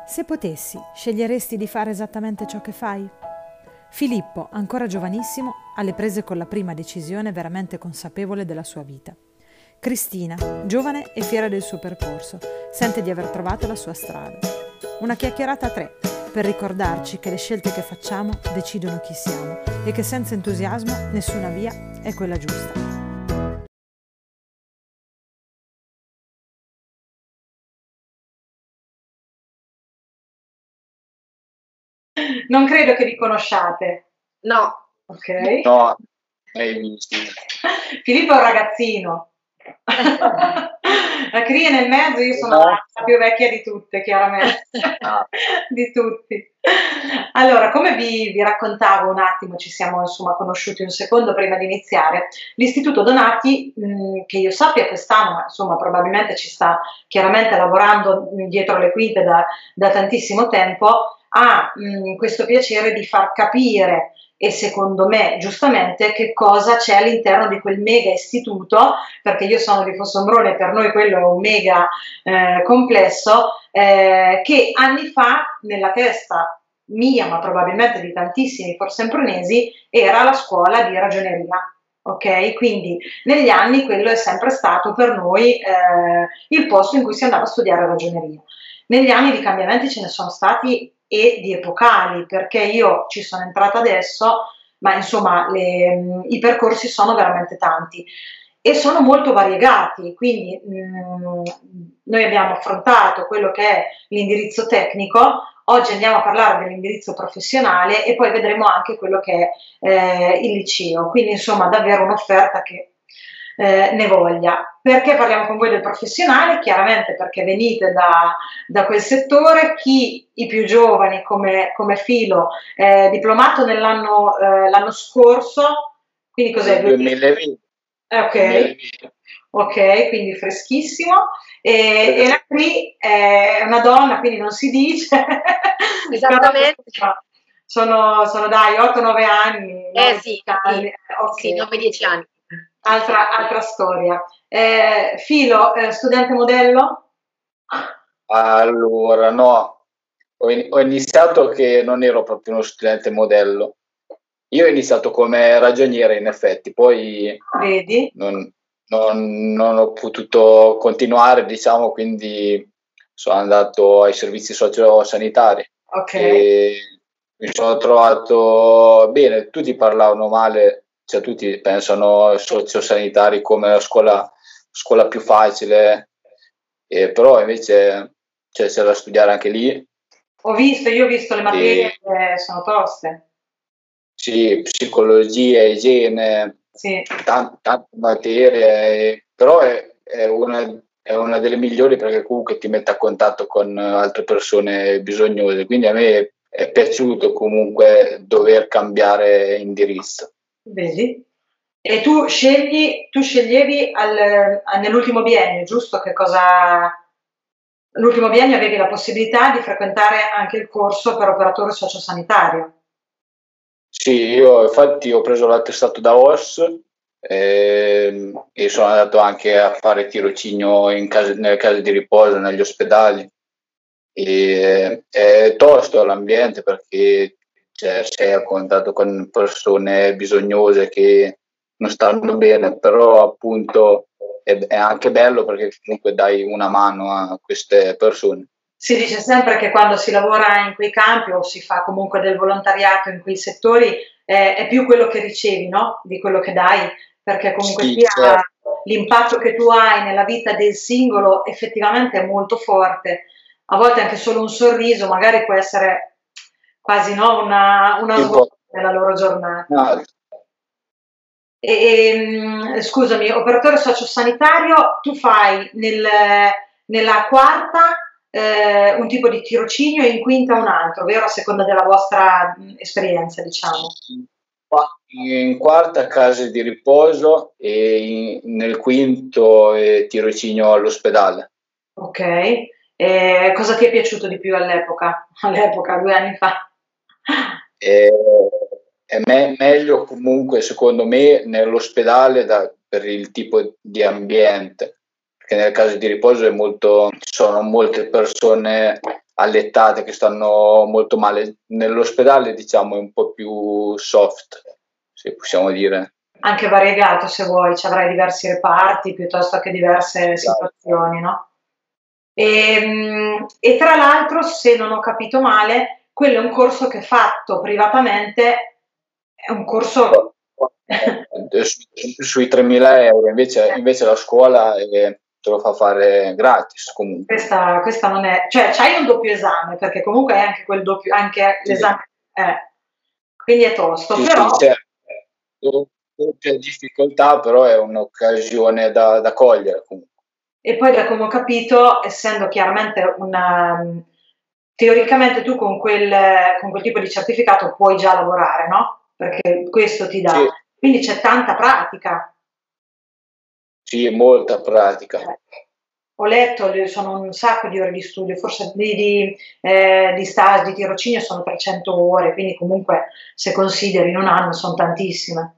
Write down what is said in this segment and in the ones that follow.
Se potessi, sceglieresti di fare esattamente ciò che fai? Filippo, ancora giovanissimo, alle prese con la prima decisione veramente consapevole della sua vita. Cristina, giovane e fiera del suo percorso, sente di aver trovato la sua strada. Una chiacchierata a tre, per ricordarci che le scelte che facciamo decidono chi siamo e che senza entusiasmo nessuna via è quella giusta. Non credo che vi conosciate. No. Ok. No. Filippo è un ragazzino. La Cri è nel mezzo, io sono la più vecchia di tutte, chiaramente. Di tutti. Allora, come vi raccontavo un attimo, ci siamo insomma conosciuti un secondo prima di iniziare, l'Istituto Donati, che io sappia quest'anno, ma insomma probabilmente ci sta chiaramente lavorando dietro le quinte da tantissimo tempo, ha questo piacere di far capire, e secondo me giustamente, che cosa c'è all'interno di quel mega istituto, perché io sono di Fossombrone e per noi quello è un mega complesso, che anni fa nella testa mia, ma probabilmente di tantissimi forsempronesi, era la scuola di ragioneria. Ok, quindi negli anni quello è sempre stato per noi il posto in cui si andava a studiare ragioneria. Negli anni di cambiamenti ce ne sono stati e di epocali, perché io ci sono entrata adesso, ma insomma i percorsi sono veramente tanti e sono molto variegati, quindi noi abbiamo affrontato quello che è l'indirizzo tecnico, oggi andiamo a parlare dell'indirizzo professionale e poi vedremo anche quello che è il liceo, quindi insomma davvero un'offerta che ne voglia. Perché parliamo con voi del professionale? Chiaramente perché venite da quel settore, i più giovani come Filo, diplomato l'anno scorso, quindi cos'è? 2020. Ok, quindi freschissimo. E la qui è una donna, quindi non si dice. Esattamente. Sono dai 8-9 anni. Sì, okay. Sì, 9-10 anni. Altra storia. Filo, studente modello? Allora, no, ho iniziato che non ero proprio uno studente modello. Io ho iniziato come ragioniere in effetti, poi vedi? Non ho potuto continuare, diciamo, quindi sono andato ai servizi sociosanitari. Ok. E mi sono trovato bene, tutti parlavano male, cioè tutti pensano sociosanitari come la scuola più facile, però invece c'è da studiare anche lì. Io ho visto le materie che sono toste. Sì, psicologia, igiene, sì. Tante materie, però è una delle migliori perché comunque ti mette a contatto con altre persone bisognose, quindi a me è piaciuto comunque dover cambiare indirizzo. Vedi? E tu sceglievi nell'ultimo biennio, giusto? L'ultimo biennio avevi la possibilità di frequentare anche il corso per operatore sociosanitario. Sì, io infatti ho preso l'attestato da OS e sono andato anche a fare tirocinio nelle case di riposo, negli ospedali. È tosto l'ambiente perché sei a contatto con persone bisognose che non stanno bene, però appunto è anche bello perché comunque dai una mano a queste persone. Si dice sempre che quando si lavora in quei campi o si fa comunque del volontariato in quei settori è più quello che ricevi, no? Di quello che dai, perché comunque sì, sia certo. L'impatto che tu hai nella vita del singolo effettivamente è molto forte. A volte anche solo un sorriso magari può essere quasi una svolta nella loro giornata. No. Scusami, operatore sociosanitario, tu fai nella quarta un tipo di tirocinio e in quinta un altro, vero? A seconda della vostra esperienza, diciamo. In quarta case di riposo e nel quinto tirocinio all'ospedale. Ok, cosa ti è piaciuto di più all'epoca, 2 anni fa? È meglio comunque secondo me nell'ospedale per il tipo di ambiente, perché nelle case di riposo ci sono molte persone allettate che stanno molto male. Nell'ospedale, diciamo, è un po' più soft, se possiamo dire. Anche variegato, se vuoi, ci avrai diversi reparti piuttosto che diverse situazioni, no? E tra l'altro, se non ho capito male, quello è un corso che fatto privatamente, è un corso sui 3.000 euro, invece la scuola te lo fa fare gratis comunque. Questa non è, cioè c'hai un doppio esame, perché comunque è anche quel doppio, anche l'esame, quindi è tosto, sì, però... Sì, c'è difficoltà, però è un'occasione da cogliere comunque. E poi, da come ho capito, essendo chiaramente teoricamente tu con quel tipo di certificato puoi già lavorare, no? Perché questo ti dà. Sì. Quindi c'è tanta pratica. Sì, molta pratica. Ho letto, sono un sacco di ore di studio, forse di stage, di tirocinio sono 300 ore, quindi comunque se consideri in un anno sono tantissime.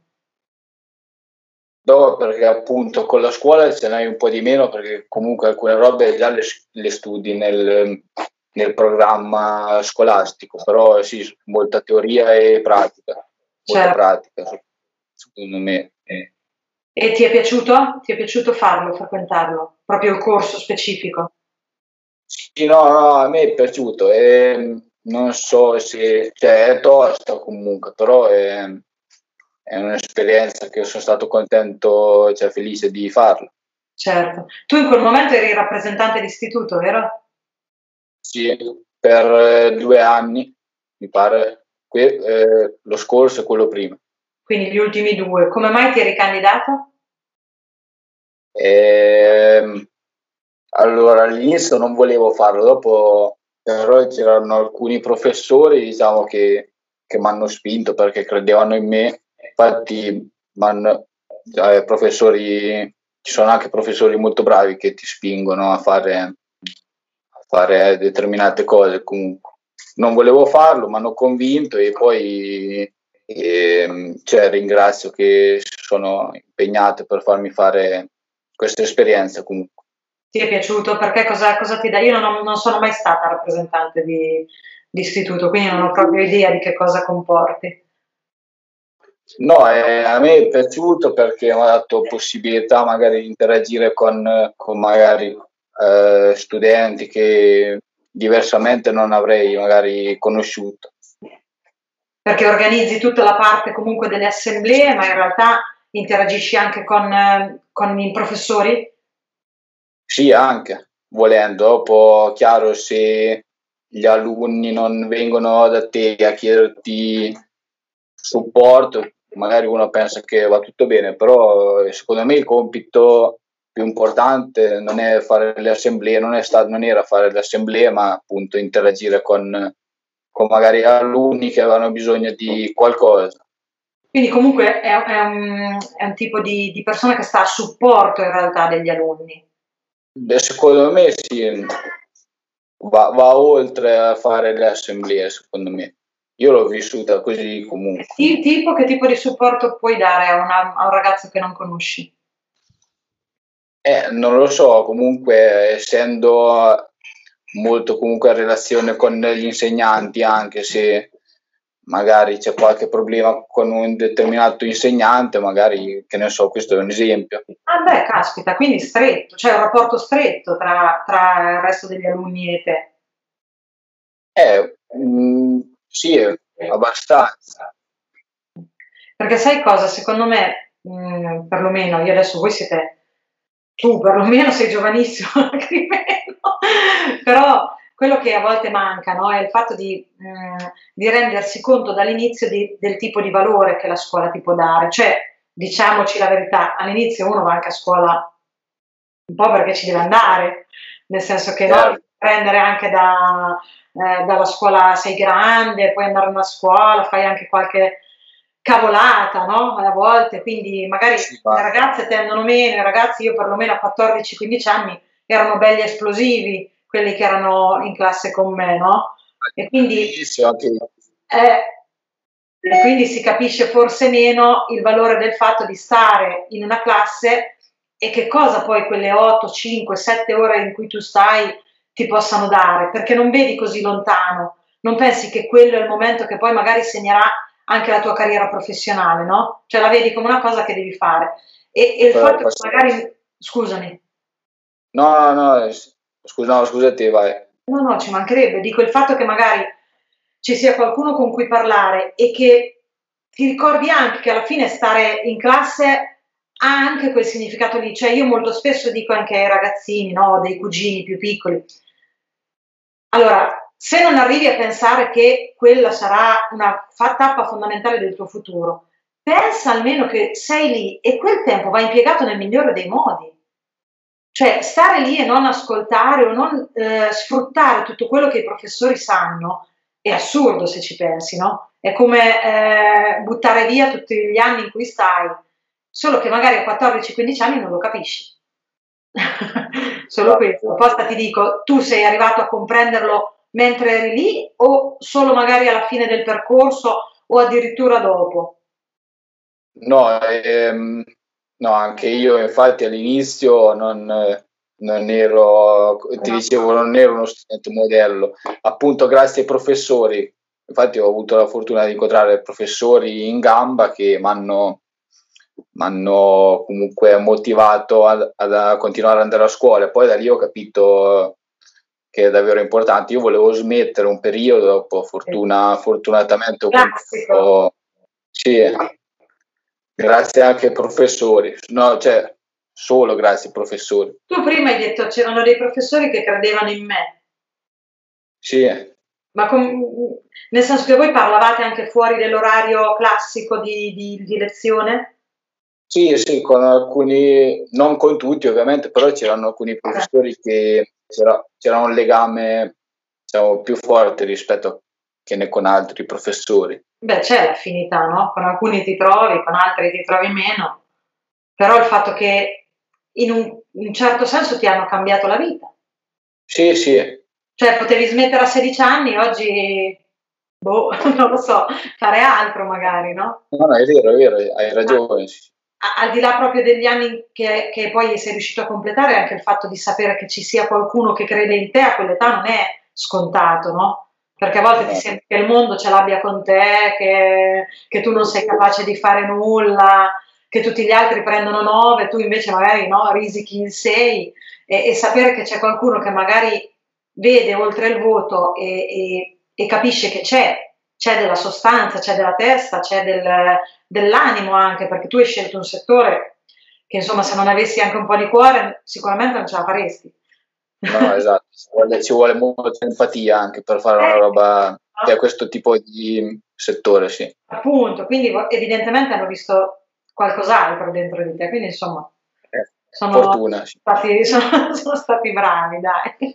No, perché appunto con la scuola ce n'hai un po' di meno, perché comunque alcune robe già le studi nel programma scolastico, però sì, molta teoria e pratica, molta Certo. pratica, secondo me. E ti è piaciuto? Ti è piaciuto farlo, frequentarlo? Proprio il corso specifico? Sì, no, a me è piaciuto, non so se, cioè è tosta comunque, però è un'esperienza che sono stato contento, cioè felice di farlo. Certo. Tu in quel momento eri rappresentante d'istituto, vero? Sì, per 2 anni, mi pare, lo scorso e quello prima. Quindi gli ultimi 2. Come mai ti eri candidato? Allora, all'inizio non volevo farlo, dopo però c'erano alcuni professori, diciamo, che mi hanno spinto perché credevano in me. Infatti, professori, ci sono anche professori molto bravi che ti spingono a fare determinate cose. Comunque non volevo farlo, mi hanno convinto e poi ringrazio che si sono impegnate per farmi fare questa esperienza comunque. Ti è piaciuto? Perché cosa ti dà? Io non sono mai stata rappresentante di istituto, quindi non ho proprio idea di che cosa comporti. No, a me è piaciuto perché mi ha dato possibilità magari di interagire con magari studenti che diversamente non avrei magari conosciuto. Perché organizzi tutta la parte comunque delle assemblee, ma in realtà interagisci anche con i professori? Sì, anche, volendo. Dopo, chiaro, se gli alunni non vengono da te a chiederti supporto, magari uno pensa che va tutto bene, però secondo me il compito più importante non è fare le assemblee, non era fare le assemblee, ma appunto interagire con magari alunni che avevano bisogno di qualcosa. Quindi comunque è un tipo di persona che sta a supporto in realtà degli alunni. Secondo me sì, va oltre a fare le assemblee, secondo me. Io l'ho vissuta così comunque. Che tipo di supporto puoi dare a un ragazzo che non conosci? Non lo so, comunque essendo molto comunque in relazione con gli insegnanti, anche se magari c'è qualche problema con un determinato insegnante, magari, che ne so, questo è un esempio. Ah beh, caspita, quindi stretto, c'è un rapporto stretto tra il resto degli alunni e te. Sì, abbastanza. Perché sai cosa? Secondo me, perlomeno, io adesso tu perlomeno sei giovanissimo, però quello che a volte manca, no, è il fatto di rendersi conto dall'inizio del tipo di valore che la scuola ti può dare. Cioè, diciamoci la verità, all'inizio uno va anche a scuola un po' perché ci deve andare, nel senso che no, prendere anche dalla scuola sei grande, puoi andare a una scuola, fai anche qualche cavolata, no? A volte, quindi magari le ragazze tendono meno, i ragazzi, io perlomeno a 14-15 anni erano belli esplosivi, quelli che erano in classe con me, no? E quindi si capisce forse meno il valore del fatto di stare in una classe e che cosa poi quelle 8, 5, 7 ore in cui tu stai ti possano dare, perché non vedi così lontano, non pensi che quello è il momento che poi magari segnerà anche la tua carriera professionale, no? Cioè la vedi come una cosa che devi fare. E il fatto che magari, scusami. No, scusa te, vai. No, ci mancherebbe. Dico il fatto che magari ci sia qualcuno con cui parlare e che ti ricordi anche che alla fine stare in classe ha anche quel significato lì. Cioè io molto spesso dico anche ai ragazzini, no, dei cugini più piccoli. Allora, se non arrivi a pensare che quella sarà una tappa fondamentale del tuo futuro, pensa almeno che sei lì e quel tempo va impiegato nel migliore dei modi. Cioè, stare lì e non ascoltare o non sfruttare tutto quello che i professori sanno è assurdo se ci pensi, no? È come buttare via tutti gli anni in cui stai, solo che magari a 14-15 anni non lo capisci. Solo questo. Apposta ti dico, tu sei arrivato a comprenderlo mentre eri lì o solo magari alla fine del percorso o addirittura dopo? No, anche io infatti all'inizio non ero, ti dicevo, non ero uno studente modello, appunto grazie ai professori. Infatti ho avuto la fortuna di incontrare professori in gamba che mi hanno comunque motivato a continuare ad andare a scuola, e poi da lì ho capito che è davvero importante. Io volevo smettere un periodo, dopo fortunatamente sì, grazie anche ai professori, no, cioè solo grazie ai professori. Tu prima hai detto c'erano dei professori che credevano in me. Sì. Ma nel senso che voi parlavate anche fuori dell'orario classico di lezione? Sì, con alcuni, non con tutti ovviamente, però c'erano alcuni professori che c'era un legame, diciamo, più forte rispetto che con altri professori. Beh, c'è l'affinità, no? Con alcuni ti trovi, con altri ti trovi meno, però il fatto che in un certo senso ti hanno cambiato la vita. Sì. Cioè, potevi smettere a 16 anni, oggi, non lo so, fare altro magari, no? No, è vero, hai ragione. Al di là proprio degli anni che poi sei riuscito a completare, anche il fatto di sapere che ci sia qualcuno che crede in te a quell'età non è scontato, no? Perché a volte ti sembra che il mondo ce l'abbia con te, che tu non sei capace di fare nulla, che tutti gli altri prendono 9, tu invece magari no, risichi il 6 e sapere che c'è qualcuno che magari vede oltre il voto e capisce che c'è della sostanza, c'è della testa, c'è dell'animo anche, perché tu hai scelto un settore che insomma se non avessi anche un po' di cuore sicuramente non ce la faresti. No, esatto, ci vuole molta empatia anche per fare una roba che ha questo tipo di settore, sì. Appunto, quindi evidentemente hanno visto qualcos'altro dentro di te, quindi insomma fortuna, sì. sono stati bravi, dai.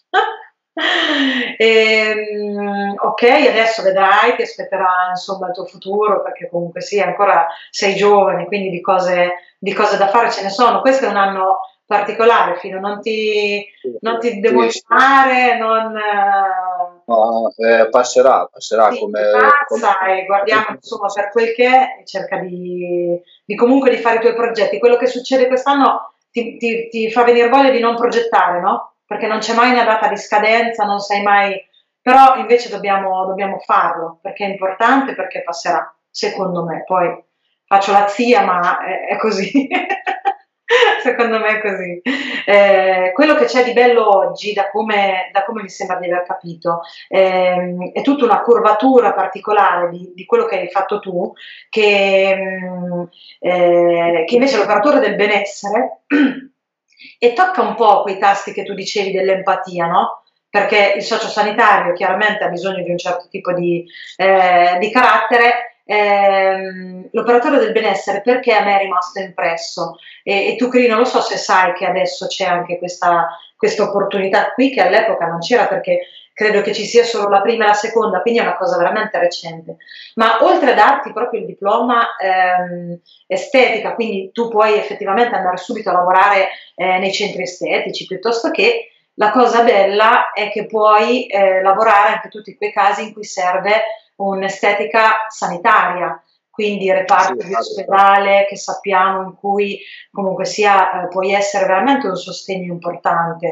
Ok, adesso vedrai, ti aspetterà insomma il tuo futuro, perché comunque sì, ancora sei giovane, quindi di cose da fare ce ne sono. Questo è un anno particolare, Fino, non ti demotivare, non... No, passerà sì, come... e guardiamo insomma per quel che è e cerca di comunque di fare i tuoi progetti. Quello che succede quest'anno ti fa venire voglia di non progettare, no? Perché non c'è mai una data di scadenza, non sai mai, però invece dobbiamo farlo, perché è importante, perché passerà, secondo me. Poi faccio la zia, ma è così. Secondo me è così. Quello che c'è di bello oggi, da come mi sembra di aver capito, è tutta una curvatura particolare di quello che hai fatto tu, che invece è l'operatore del benessere e tocca un po' quei tasti che tu dicevi dell'empatia, no? Perché il sociosanitario chiaramente ha bisogno di un certo tipo di carattere. L'operatore del benessere, perché a me è rimasto impresso, e tu Cri, non lo so se sai che adesso c'è anche questa opportunità qui, che all'epoca non c'era, perché credo che ci sia solo la prima e la seconda, quindi è una cosa veramente recente, ma oltre a darti proprio il diploma estetica, quindi tu puoi effettivamente andare subito a lavorare nei centri estetici, piuttosto che la cosa bella è che puoi lavorare anche tutti quei casi in cui serve un'estetica sanitaria, quindi reparti di ospedale che sappiamo in cui comunque sia puoi essere veramente un sostegno importante.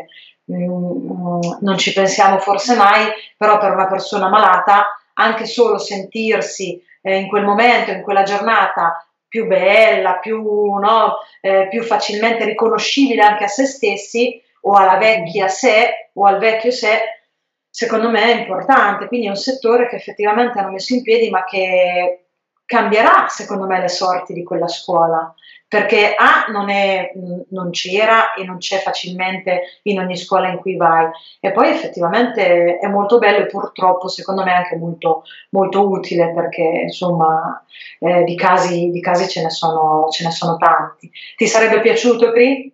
non ci pensiamo forse mai, però per una persona malata anche solo sentirsi in quel momento, in quella giornata più bella, più facilmente riconoscibile anche a se stessi o alla vecchia sé o al vecchio sé, secondo me è importante. Quindi è un settore che effettivamente hanno messo in piedi, ma che cambierà secondo me le sorti di quella scuola, perché non c'era e non c'è facilmente in ogni scuola in cui vai, e poi effettivamente è molto bello e purtroppo secondo me anche molto, molto utile, perché insomma di casi ce ne sono tanti. Ti sarebbe piaciuto, Pri?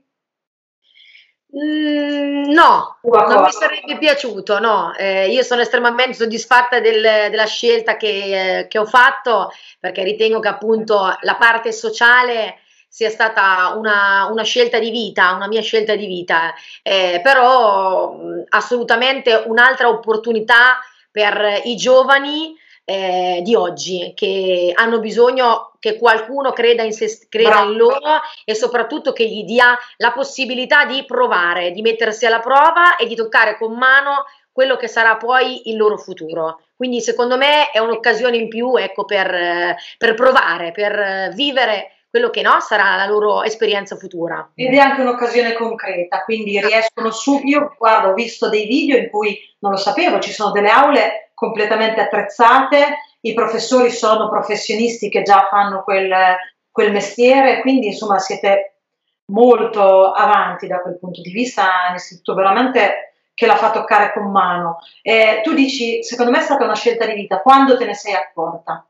No, non mi sarebbe piaciuto, no. Io sono estremamente soddisfatta della scelta che ho fatto, perché ritengo che appunto la parte sociale sia stata una scelta di vita, una mia scelta di vita, però assolutamente un'altra opportunità per i giovani di oggi, che hanno bisogno che qualcuno creda in loro e soprattutto che gli dia la possibilità di provare, di mettersi alla prova e di toccare con mano quello che sarà poi il loro futuro. Quindi secondo me è un'occasione in più, ecco, per provare, per vivere quello che no, sarà la loro esperienza futura. Ed è anche un'occasione concreta, quindi riescono io guarda, ho visto dei video in cui, non lo sapevo, ci sono delle aule completamente attrezzate, i professori sono professionisti che già fanno quel mestiere, quindi insomma siete molto avanti da quel punto di vista, è un istituto veramente che la fa toccare con mano. Tu dici, secondo me è stata una scelta di vita, quando te ne sei accorta?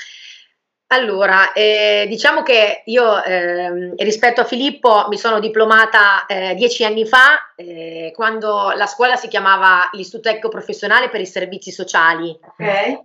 Allora, diciamo che io rispetto a Filippo mi sono diplomata 10 anni fa, quando la scuola si chiamava l'Istituto Tecnico Professionale per i Servizi Sociali. Okay.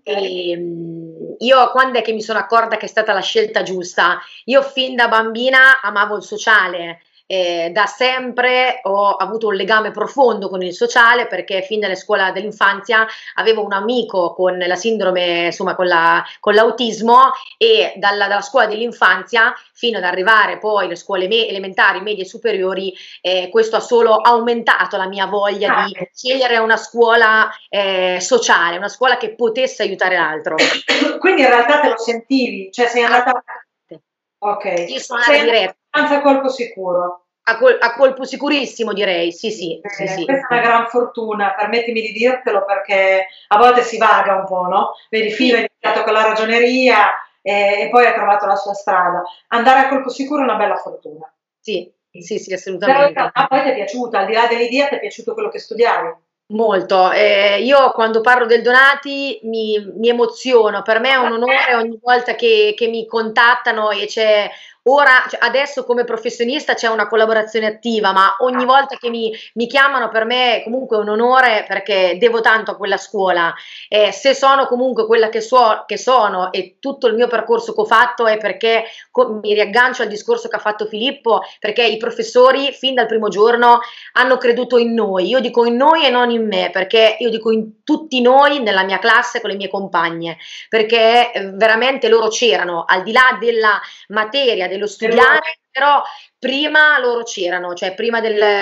Io quando è che mi sono accorta che è stata la scelta giusta? Io fin da bambina amavo il sociale. Da sempre ho avuto un legame profondo con il sociale, perché fin dalle scuole dell'infanzia avevo un amico con la sindrome, insomma con l'autismo, e dalla scuola dell'infanzia fino ad arrivare poi alle scuole elementari, medie e superiori, questo ha solo aumentato la mia voglia di scegliere una scuola sociale, una scuola che potesse aiutare l'altro. Quindi in realtà te lo sentivi, cioè sei andata... Ok, io sono andata diretta. A colpo sicuro. A colpo sicurissimo, direi, sì. Questa è una gran fortuna, permettimi di dirtelo, perché a volte si vaga un po', no? Vedi, Filo ha iniziato con la ragioneria e poi ha trovato la sua strada. Andare a colpo sicuro è una bella fortuna. Sì, assolutamente. Però poi ti è piaciuta, al di là dell'idea, ti è piaciuto quello che studiavi? Molto, io quando parlo del Donati mi emoziono, per me è un onore ogni volta che mi contattano e c'è ora, cioè adesso come professionista c'è una collaborazione attiva, ma ogni volta che mi chiamano per me è comunque un onore, perché devo tanto a quella scuola. Se sono comunque quella che sono e tutto il mio percorso che ho fatto è perché mi riaggancio al discorso che ha fatto Filippo, perché i professori fin dal primo giorno hanno creduto in noi. Io dico in noi e non in me, perché io dico in tutti noi, nella mia classe con le mie compagne, perché veramente loro c'erano, al di là della materia, dello studiare, però prima loro c'erano, cioè prima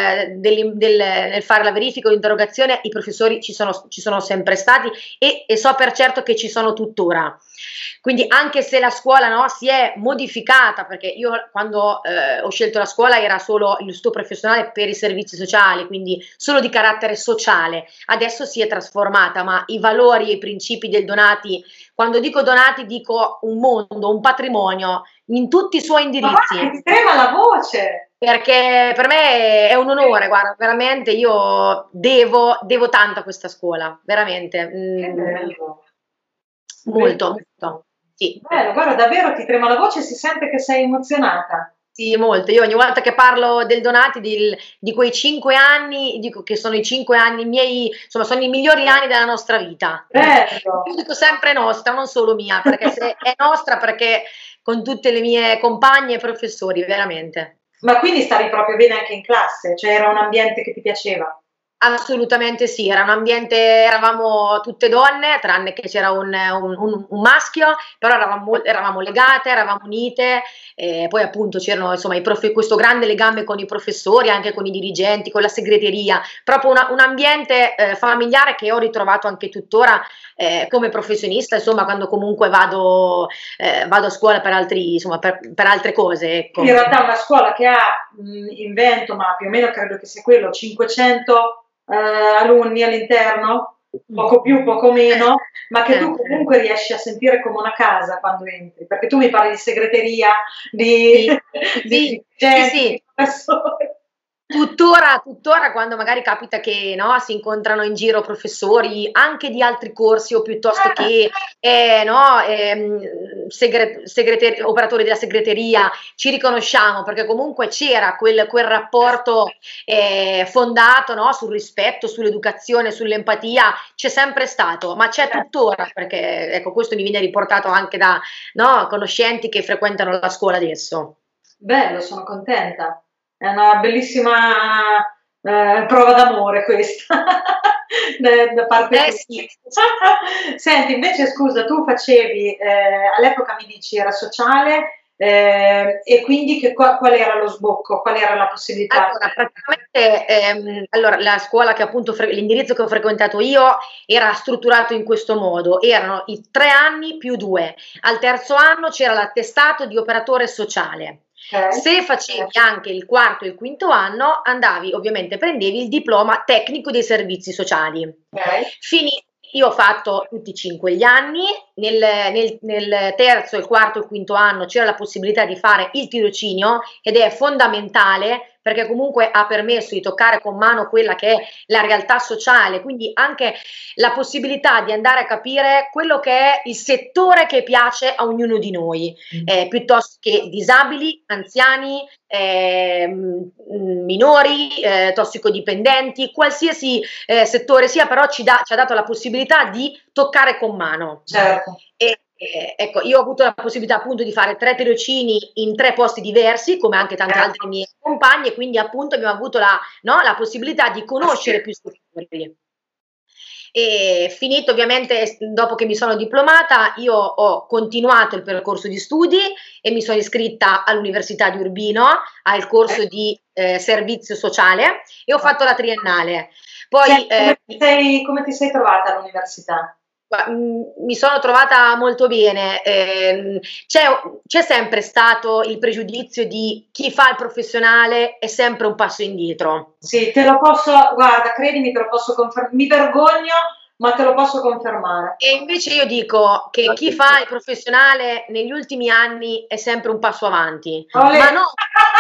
nel fare la verifica o l'interrogazione i professori ci sono sempre stati e so per certo che ci sono tuttora. Quindi anche se la scuola, no, si è modificata, perché io quando ho scelto la scuola era solo l'Istituto Professionale per i Servizi Sociali, quindi solo di carattere sociale, adesso si è trasformata, ma i valori e i principi del Donati, quando dico Donati dico un mondo, un patrimonio in tutti i suoi indirizzi. Ma ti trema la voce! Perché per me è un onore, guarda, veramente io devo tanto a questa scuola, veramente. Che bello. Molto. Sì. Bello, guarda, davvero ti trema la voce e si sente che sei emozionata. Sì, molto. Io ogni volta che parlo del Donati, di quei 5 anni, dico che sono i 5 anni miei, insomma, sono i migliori anni della nostra vita. Bello. Io dico sempre nostra, non solo mia, perché se è nostra, perché con tutte le mie compagne e professori, veramente. Ma quindi stavi proprio bene anche in classe? Cioè era un ambiente che ti piaceva? Assolutamente sì, era un ambiente, eravamo tutte donne, tranne che c'era un maschio, però eravamo legate, eravamo unite, poi appunto c'erano insomma questo grande legame con i professori, anche con i dirigenti, con la segreteria, proprio un ambiente familiare che ho ritrovato anche tuttora come professionista, insomma, quando comunque vado a scuola per insomma, per altre cose, ecco. In realtà è una scuola che ha in Veneto, ma più o meno credo che sia quello, 500 alunni all'interno, poco più, poco meno, ma che tu comunque riesci a sentire come una casa quando entri, perché tu mi parli di segreteria, di gente, di professori. Tuttora quando magari capita che si incontrano in giro professori anche di altri corsi o piuttosto che operatori della segreteria, ci riconosciamo perché comunque c'era quel rapporto fondato sul rispetto, sull'educazione, sull'empatia, c'è sempre stato, ma c'è tuttora, perché ecco, questo mi viene riportato anche da conoscenti che frequentano la scuola adesso. Bello, sono contenta. È una bellissima prova d'amore questa da parte tua. Sì. Senti, invece scusa, tu facevi, all'epoca mi dici era sociale, e quindi qual era lo sbocco, qual era la possibilità? Allora, praticamente la scuola che appunto l'indirizzo che ho frequentato io era strutturato in questo modo, erano i 3 anni più 2, al terzo anno c'era l'attestato di operatore sociale. Se facevi anche il quarto e il quinto anno, ovviamente prendevi il diploma tecnico dei servizi sociali. Io ho fatto tutti 5 gli anni, nel terzo, il quarto e il quinto anno c'era la possibilità di fare il tirocinio ed è fondamentale perché comunque ha permesso di toccare con mano quella che è la realtà sociale, quindi anche la possibilità di andare a capire quello che è il settore che piace a ognuno di noi, piuttosto che disabili, anziani, minori, tossicodipendenti, qualsiasi settore sia, però ci ha dato la possibilità di toccare con mano. Certo. Ecco, io ho avuto la possibilità appunto di fare 3 tirocini in 3 posti diversi, come anche tanti altri miei compagni, e quindi appunto abbiamo avuto la possibilità di conoscere più settori. E finito ovviamente, dopo che mi sono diplomata, io ho continuato il percorso di studi e mi sono iscritta all'Università di Urbino al corso di servizio sociale e ho fatto la triennale. Poi come ti sei trovata all'università? Mi sono trovata molto bene, c'è sempre stato il pregiudizio di chi fa il professionale è sempre un passo indietro. Sì, guarda, credimi, te lo posso confermare, mi vergogno, ma te lo posso confermare. E invece io dico che chi fa il professionale negli ultimi anni è sempre un passo avanti. Olè. Ma no,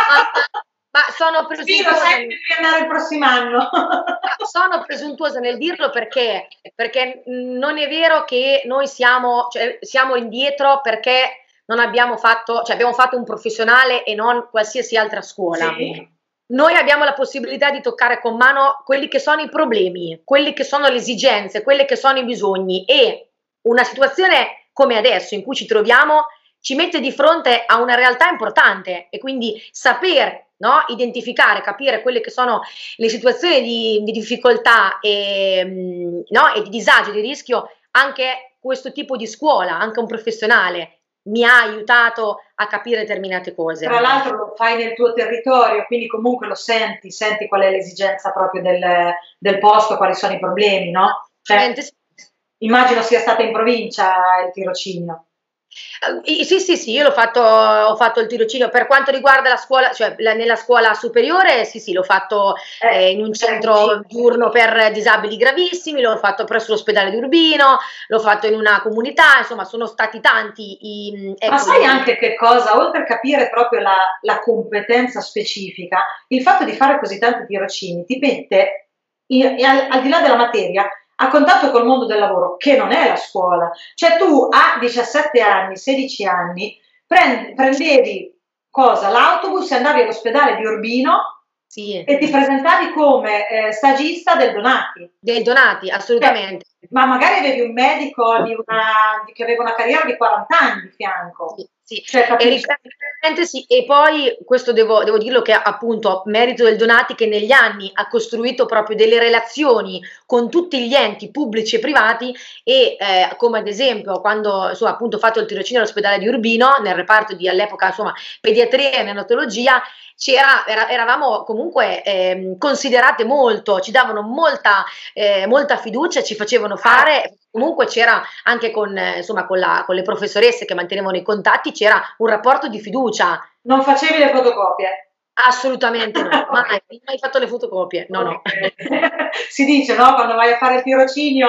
ma sono presuntuosa. Sì, devi andare il prossimo anno. Sono presuntuosa nel dirlo perché non è vero che noi siamo indietro perché non abbiamo fatto, abbiamo fatto un professionale e non qualsiasi altra scuola. Sì. Noi abbiamo la possibilità di toccare con mano quelli che sono i problemi, quelli che sono le esigenze, quelli che sono i bisogni, e una situazione come adesso in cui ci troviamo ci mette di fronte a una realtà importante, e quindi saper identificare, capire quelle che sono le situazioni di difficoltà e di disagio, di rischio, anche questo tipo di scuola, anche un professionale mi ha aiutato a capire determinate cose. Tra l'altro lo fai nel tuo territorio, quindi comunque lo senti qual è l'esigenza proprio del posto, quali sono i problemi, no? Immagino sia stata in provincia il tirocinio. Sì, io ho fatto il tirocinio per quanto riguarda la scuola, nella scuola superiore, sì, l'ho fatto in un centro diurno per disabili gravissimi, l'ho fatto presso l'ospedale di Urbino, l'ho fatto in una comunità, insomma sono stati tanti. Ma sai anche che cosa? Oltre a capire proprio la competenza specifica, il fatto di fare così tanti tirocini ti mette, al di là della materia, a contatto col mondo del lavoro, che non è la scuola. Cioè tu a 17 anni, 16 anni, prendevi l'autobus e andavi all'ospedale di Urbino, sì, e ti presentavi come stagista del Donati. Del Donati, assolutamente. Ma magari avevi un medico che aveva una carriera di 40 anni di fianco. Sì, Cioè, capisci? sì, e poi questo devo dirlo che appunto merito del Donati che negli anni ha costruito proprio delle relazioni con tutti gli enti pubblici e privati e come ad esempio quando insomma, appunto ho fatto il tirocinio all'ospedale di Urbino nel reparto di all'epoca insomma pediatria e neonatologia eravamo comunque considerate molto, ci davano molta fiducia, ci facevano fare, comunque c'era anche insomma, con le professoresse che mantenevano i contatti, c'era un rapporto di fiducia. Non facevi le fotocopie? Assolutamente no, mai fatto le fotocopie, no. Si dice, no? Quando vai a fare il tirocinio...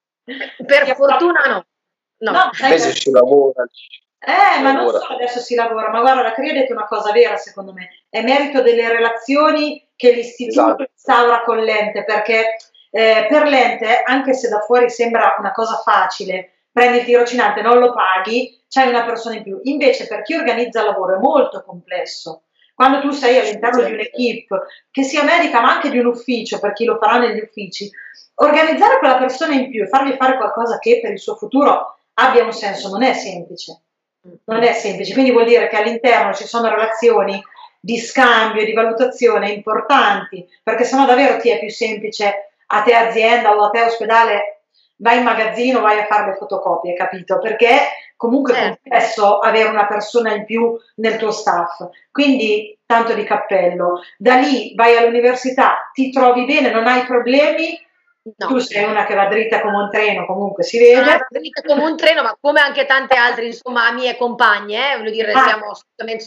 Per fortuna no. No, invece si lavora. Ma non solo adesso si lavora, ma guarda, la Cri ha detto una cosa vera secondo me, è merito delle relazioni che l'istituto instaura con l'ente, perché per l'ente, anche se da fuori sembra una cosa facile, prendi il tirocinante, non lo paghi, c'hai una persona in più, invece per chi organizza il lavoro è molto complesso. Quando tu sei all'interno di un'equipe, che sia medica ma anche di un ufficio, per chi lo farà negli uffici, organizzare quella persona in più e fargli fare qualcosa che per il suo futuro abbia un senso non è semplice. Non è semplice, quindi vuol dire che all'interno ci sono relazioni di scambio e di valutazione importanti, perché sennò davvero ti è più semplice a te azienda o a te ospedale, vai in magazzino, vai a fare le fotocopie, capito? Perché comunque è complesso avere una persona in più nel tuo staff, quindi tanto di cappello. Da lì vai all'università, ti trovi bene, non hai problemi. No. Tu sei una che va dritta come un treno, comunque si vede. Dritta come un treno, ma come anche tante altre, insomma, mie compagne, voglio dire, siamo assolutamente,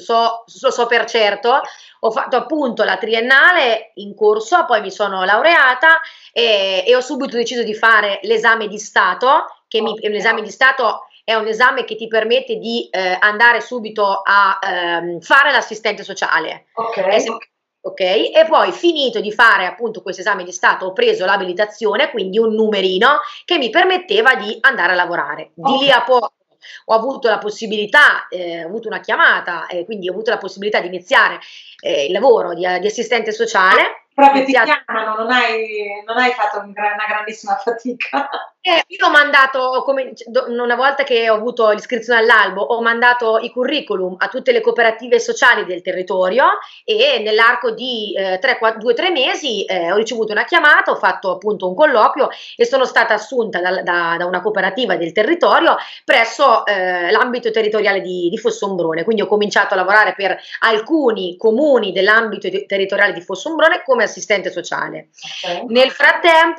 so per certo. Ho fatto appunto la triennale in corso, poi mi sono laureata e ho subito deciso di fare l'esame di Stato, che l'esame di Stato è un esame che ti permette di andare subito a fare l'assistente sociale. Ok, e poi finito di fare appunto questo esame di Stato ho preso l'abilitazione, quindi un numerino che mi permetteva di andare a lavorare. Di lì a poco ho avuto la possibilità, ho avuto una chiamata, quindi ho avuto la possibilità di iniziare il lavoro di assistente sociale. Proprio ti chiamano, non hai fatto una grandissima fatica. Io ho mandato, una volta che ho avuto l'iscrizione all'albo, ho mandato i curriculum a tutte le cooperative sociali del territorio e nell'arco di 2 o 3 mesi ho ricevuto una chiamata, ho fatto appunto un colloquio e sono stata assunta da una cooperativa del territorio presso l'ambito territoriale di Fossombrone, quindi ho cominciato a lavorare per alcuni comuni dell'ambito territoriale di Fossombrone come assistente sociale. Nel frattempo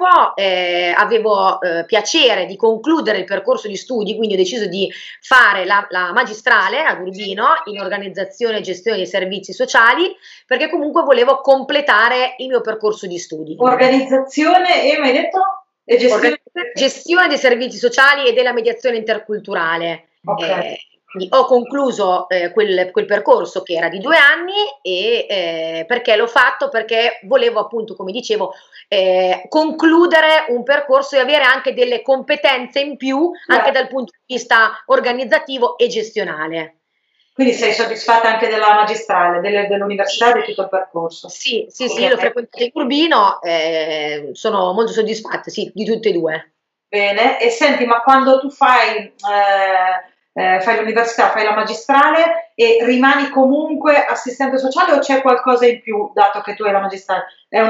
avevo piacere di concludere il percorso di studi, quindi ho deciso di fare la magistrale ad Urbino in organizzazione e gestione dei servizi sociali, perché comunque volevo completare il mio percorso di studi. Organizzazione e mi hai detto? E gestione dei servizi sociali e della mediazione interculturale. Quindi ho concluso quel percorso che era di 2 anni e perché l'ho fatto? Perché volevo appunto, come dicevo, concludere un percorso e avere anche delle competenze in più anche dal punto di vista organizzativo e gestionale. Quindi sei soddisfatta anche della magistrale, dell'università, di tutto il percorso? Sì, l'ho frequentato in Urbino, sono molto soddisfatta, sì, di tutte e 2. Bene, e senti, ma quando tu fai l'università, fai la magistrale e rimani comunque assistente sociale o c'è qualcosa in più dato che tu hai la magistrale?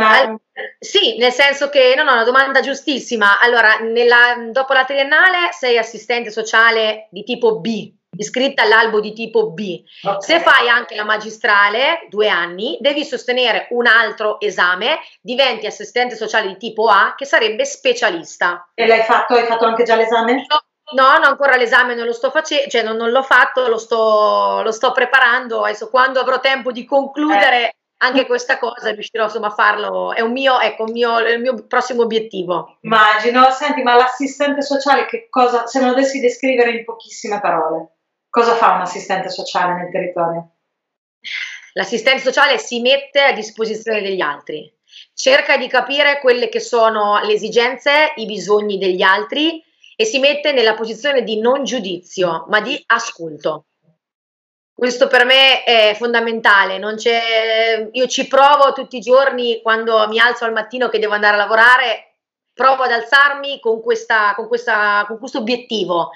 Sì, nel senso che, no, una domanda giustissima. Allora, dopo la triennale sei assistente sociale di tipo B, iscritta all'albo di tipo B. Se fai anche la magistrale, 2 anni, devi sostenere un altro esame, diventi assistente sociale di tipo A, che sarebbe specialista. E l'hai fatto? Hai fatto anche già l'esame? No, ancora l'esame non lo sto facendo, cioè non l'ho fatto, lo sto preparando. Adesso quando avrò tempo di concludere anche questa cosa riuscirò insomma a farlo, è il mio prossimo obiettivo. Immagino. Senti, ma l'assistente sociale che cosa, se me lo dovessi descrivere in pochissime parole, cosa fa un assistente sociale nel territorio? L'assistente sociale si mette a disposizione degli altri, cerca di capire quelle che sono le esigenze, i bisogni degli altri e si mette nella posizione di non giudizio, ma di ascolto. Questo per me è fondamentale, io ci provo tutti i giorni quando mi alzo al mattino che devo andare a lavorare, provo ad alzarmi con questo obiettivo,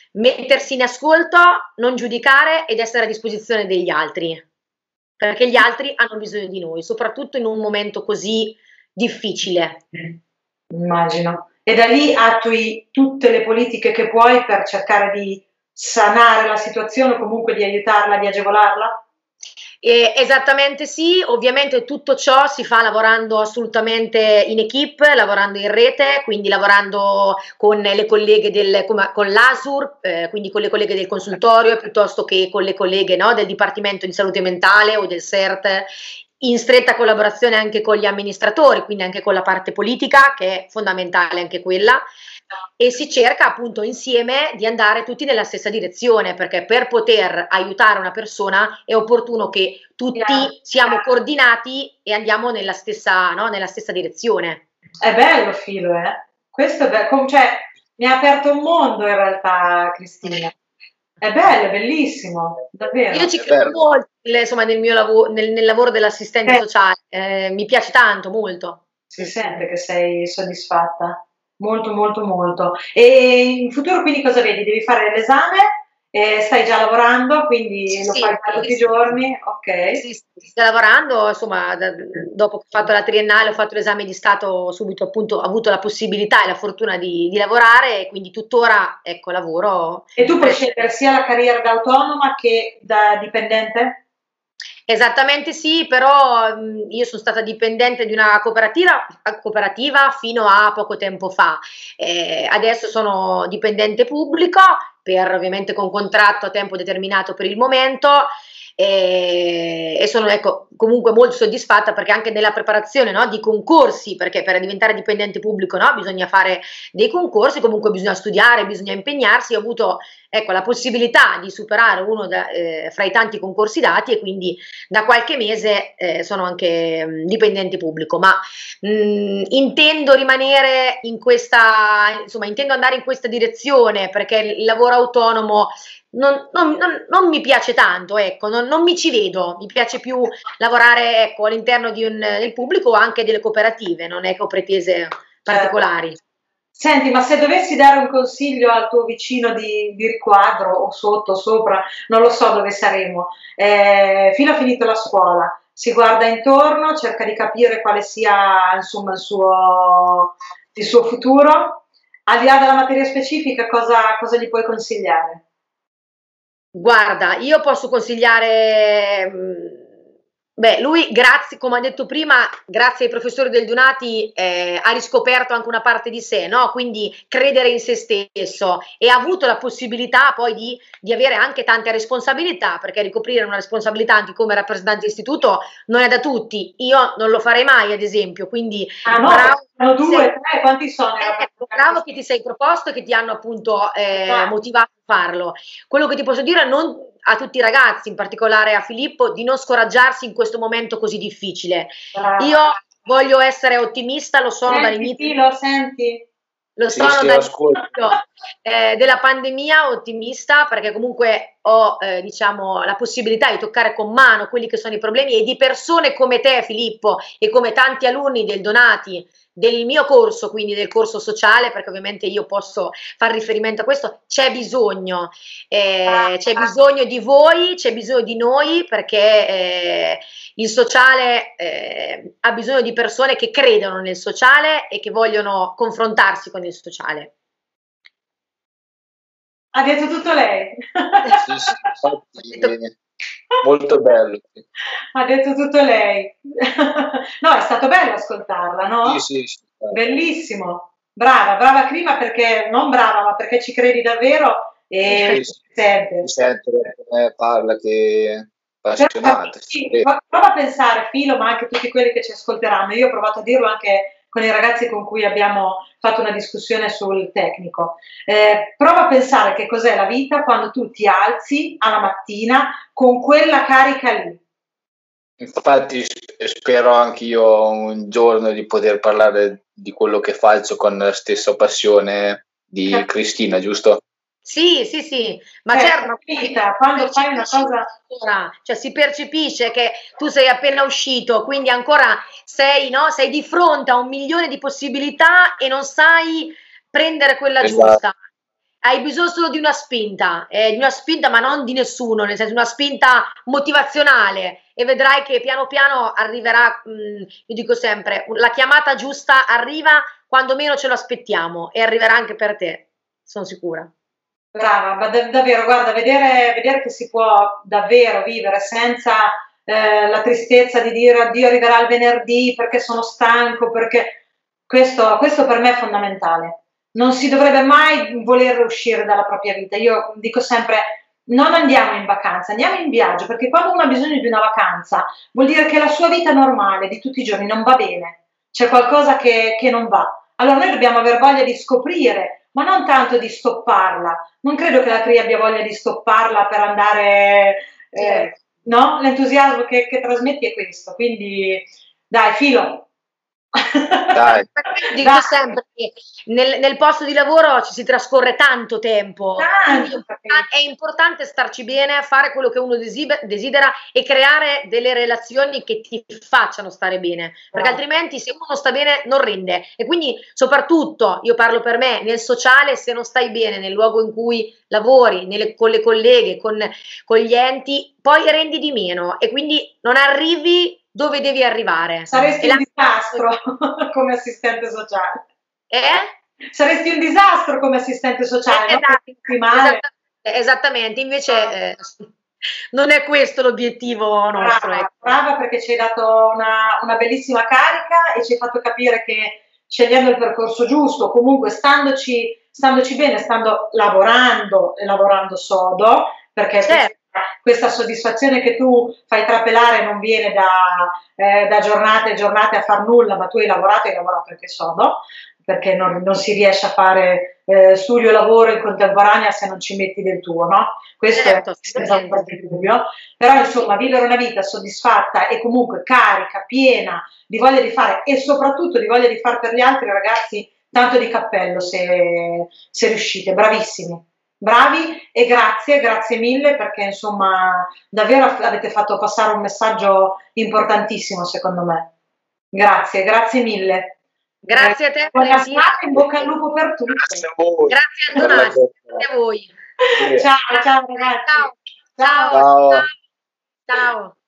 mettersi in ascolto, non giudicare ed essere a disposizione degli altri, perché gli altri hanno bisogno di noi, soprattutto in un momento così difficile. Immagino. E da lì attui tutte le politiche che puoi per cercare di sanare la situazione o comunque di aiutarla, di agevolarla? Esattamente sì, ovviamente tutto ciò si fa lavorando assolutamente in equipe, lavorando in rete, quindi lavorando con le colleghe con l'ASUR, quindi con le colleghe del consultorio, piuttosto che con le colleghe, no, del Dipartimento di Salute Mentale o del CERT, in stretta collaborazione anche con gli amministratori, quindi anche con la parte politica, che è fondamentale anche quella, e si cerca appunto insieme di andare tutti nella stessa direzione, perché per poter aiutare una persona è opportuno che tutti siamo coordinati e andiamo nella stessa, no, nella stessa direzione. È bello, Filo, questo è bello, cioè mi ha aperto un mondo in realtà, Cristina. È bello, è bellissimo, davvero. Io ci credo molto, insomma, nel mio lavoro, nel lavoro dell'assistente sociale, mi piace tanto, molto. Si sente che sei soddisfatta. Molto, molto, molto. E in futuro quindi cosa vedi? Devi fare l'esame? Stai già lavorando, quindi lo fai tutti i giorni? Ok. Sì, sto lavorando, insomma, dopo che ho fatto la triennale, ho fatto l'esame di Stato subito, appunto, ho avuto la possibilità e la fortuna di lavorare, e quindi tuttora, ecco, lavoro. E tu puoi scegliere sia la carriera da autonoma che da dipendente? Esattamente sì, però io sono stata dipendente di una cooperativa fino a poco tempo fa. Adesso sono dipendente pubblico, ovviamente con contratto a tempo determinato per il momento, e sono, ecco, comunque molto soddisfatta, perché anche nella preparazione, no, di concorsi, perché per diventare dipendente pubblico, no, bisogna fare dei concorsi, comunque bisogna studiare, bisogna impegnarsi. Ho avuto, ecco, la possibilità di superare uno fra i tanti concorsi dati, e quindi da qualche mese sono anche dipendente pubblico, ma intendo rimanere in questa, insomma, intendo andare in questa direzione, perché il lavoro autonomo non mi piace tanto, ecco, non mi ci vedo, mi piace più lavorare, ecco, all'interno del pubblico o anche delle cooperative, non è che ho pretese particolari. Senti, ma se dovessi dare un consiglio al tuo vicino di riquadro, o sotto, sopra, non lo so dove saremo, Filo ha finito la scuola, si guarda intorno, cerca di capire quale sia, insomma, il suo futuro, al di là della materia specifica, cosa gli puoi consigliare? Guarda, io posso consigliare, lui, grazie, come ha detto prima, grazie ai professori del Donati, ha riscoperto anche una parte di sé, no? Quindi credere in se stesso, e ha avuto la possibilità poi di avere anche tante responsabilità, perché ricoprire una responsabilità anche come rappresentante di istituto non è da tutti. Io non lo farei mai, ad esempio, quindi sono due, tre, quanti sono? Bravo che ti sei proposto e che ti hanno appunto motivato a farlo. Quello che ti posso dire a tutti i ragazzi, in particolare a Filippo, di non scoraggiarsi in questo momento così difficile. Io voglio essere ottimista, lo sono dall'inizio. Lo senti? Lo sono dall'inizio della pandemia, ottimista, perché comunque ho diciamo, la possibilità di toccare con mano quelli che sono i problemi, e di persone come te, Filippo, e come tanti alunni del Donati, del mio corso, quindi del corso sociale, perché ovviamente io posso fare riferimento a questo. C'è bisogno di voi, c'è bisogno di noi, perché il sociale ha bisogno di persone che credono nel sociale e che vogliono confrontarsi con il sociale. Ha detto tutto lei? Sì, molto bello. Ha detto tutto lei. No, è stato bello ascoltarla, no? Sì. Bellissimo. Brava Crima, perché non brava, ma perché ci credi davvero, e si sente come parla, che è appassionata. Prova a pensare, Filo, ma anche tutti quelli che ci ascolteranno. Io ho provato a dirlo anche con i ragazzi con cui abbiamo fatto una discussione sul tecnico. Prova a pensare che cos'è la vita quando tu ti alzi alla mattina con quella carica lì. Infatti spero anch'io un giorno di poter parlare di quello che faccio con la stessa passione di Cristina, giusto? Sì, ma certo, quando fai una cosa, cioè si percepisce che tu sei appena uscito, quindi ancora sei di fronte a 1 milione di possibilità e non sai prendere quella giusta. hai bisogno solo di una spinta, ma non di nessuno, nel senso una spinta motivazionale, e vedrai che piano piano arriverà, io dico sempre, la chiamata giusta arriva quando meno ce lo aspettiamo, e arriverà anche per te, sono sicura. Brava, ma davvero, guarda, vedere che si può davvero vivere senza la tristezza di dire addio, arriverà il venerdì perché sono stanco, perché questo per me è fondamentale. Non si dovrebbe mai voler uscire dalla propria vita. Io dico sempre, non andiamo in vacanza, andiamo in viaggio, perché quando uno ha bisogno di una vacanza vuol dire che la sua vita normale di tutti i giorni non va bene, c'è qualcosa che non va. Allora noi dobbiamo aver voglia di scoprire, ma non tanto di stopparla. Non credo che la CRI abbia voglia di stopparla per andare, no? L'entusiasmo che trasmetti è questo, quindi dai, filo. Dai. Dico sempre che nel posto di lavoro ci si trascorre tanto tempo, è importante starci bene, fare quello che uno desidera e creare delle relazioni che ti facciano stare bene, perché altrimenti se uno non sta bene non rende. E quindi soprattutto, io parlo per me, nel sociale, se non stai bene nel luogo in cui lavori, con le colleghe, con gli enti, poi rendi di meno e quindi non arrivi dove devi arrivare. Saresti un disastro come assistente sociale. Saresti un disastro come assistente sociale. Esattamente, invece non è questo l'obiettivo nostro. Brava, perché ci hai dato una bellissima carica e ci hai fatto capire che scegliendo il percorso giusto, comunque standoci bene, stando lavorando e lavorando sodo, perché questa soddisfazione che tu fai trapelare non viene da giornate e giornate a far nulla, ma tu hai lavorato anche sodo, perché non si riesce a fare studio e lavoro in contemporanea se non ci metti del tuo, no? Questo è senza un po' di dubbio. Però insomma, vivere una vita soddisfatta e comunque carica, piena di voglia di fare e soprattutto di voglia di fare per gli altri, ragazzi, tanto di cappello se riuscite, bravissimi. Bravi e grazie mille, perché insomma davvero avete fatto passare un messaggio importantissimo secondo me. Grazie mille. Grazie a te. Buona serata, in bocca al lupo per tutti. Grazie a voi. Grazie a Donati, grazie a voi. Ciao ragazzi. Ciao.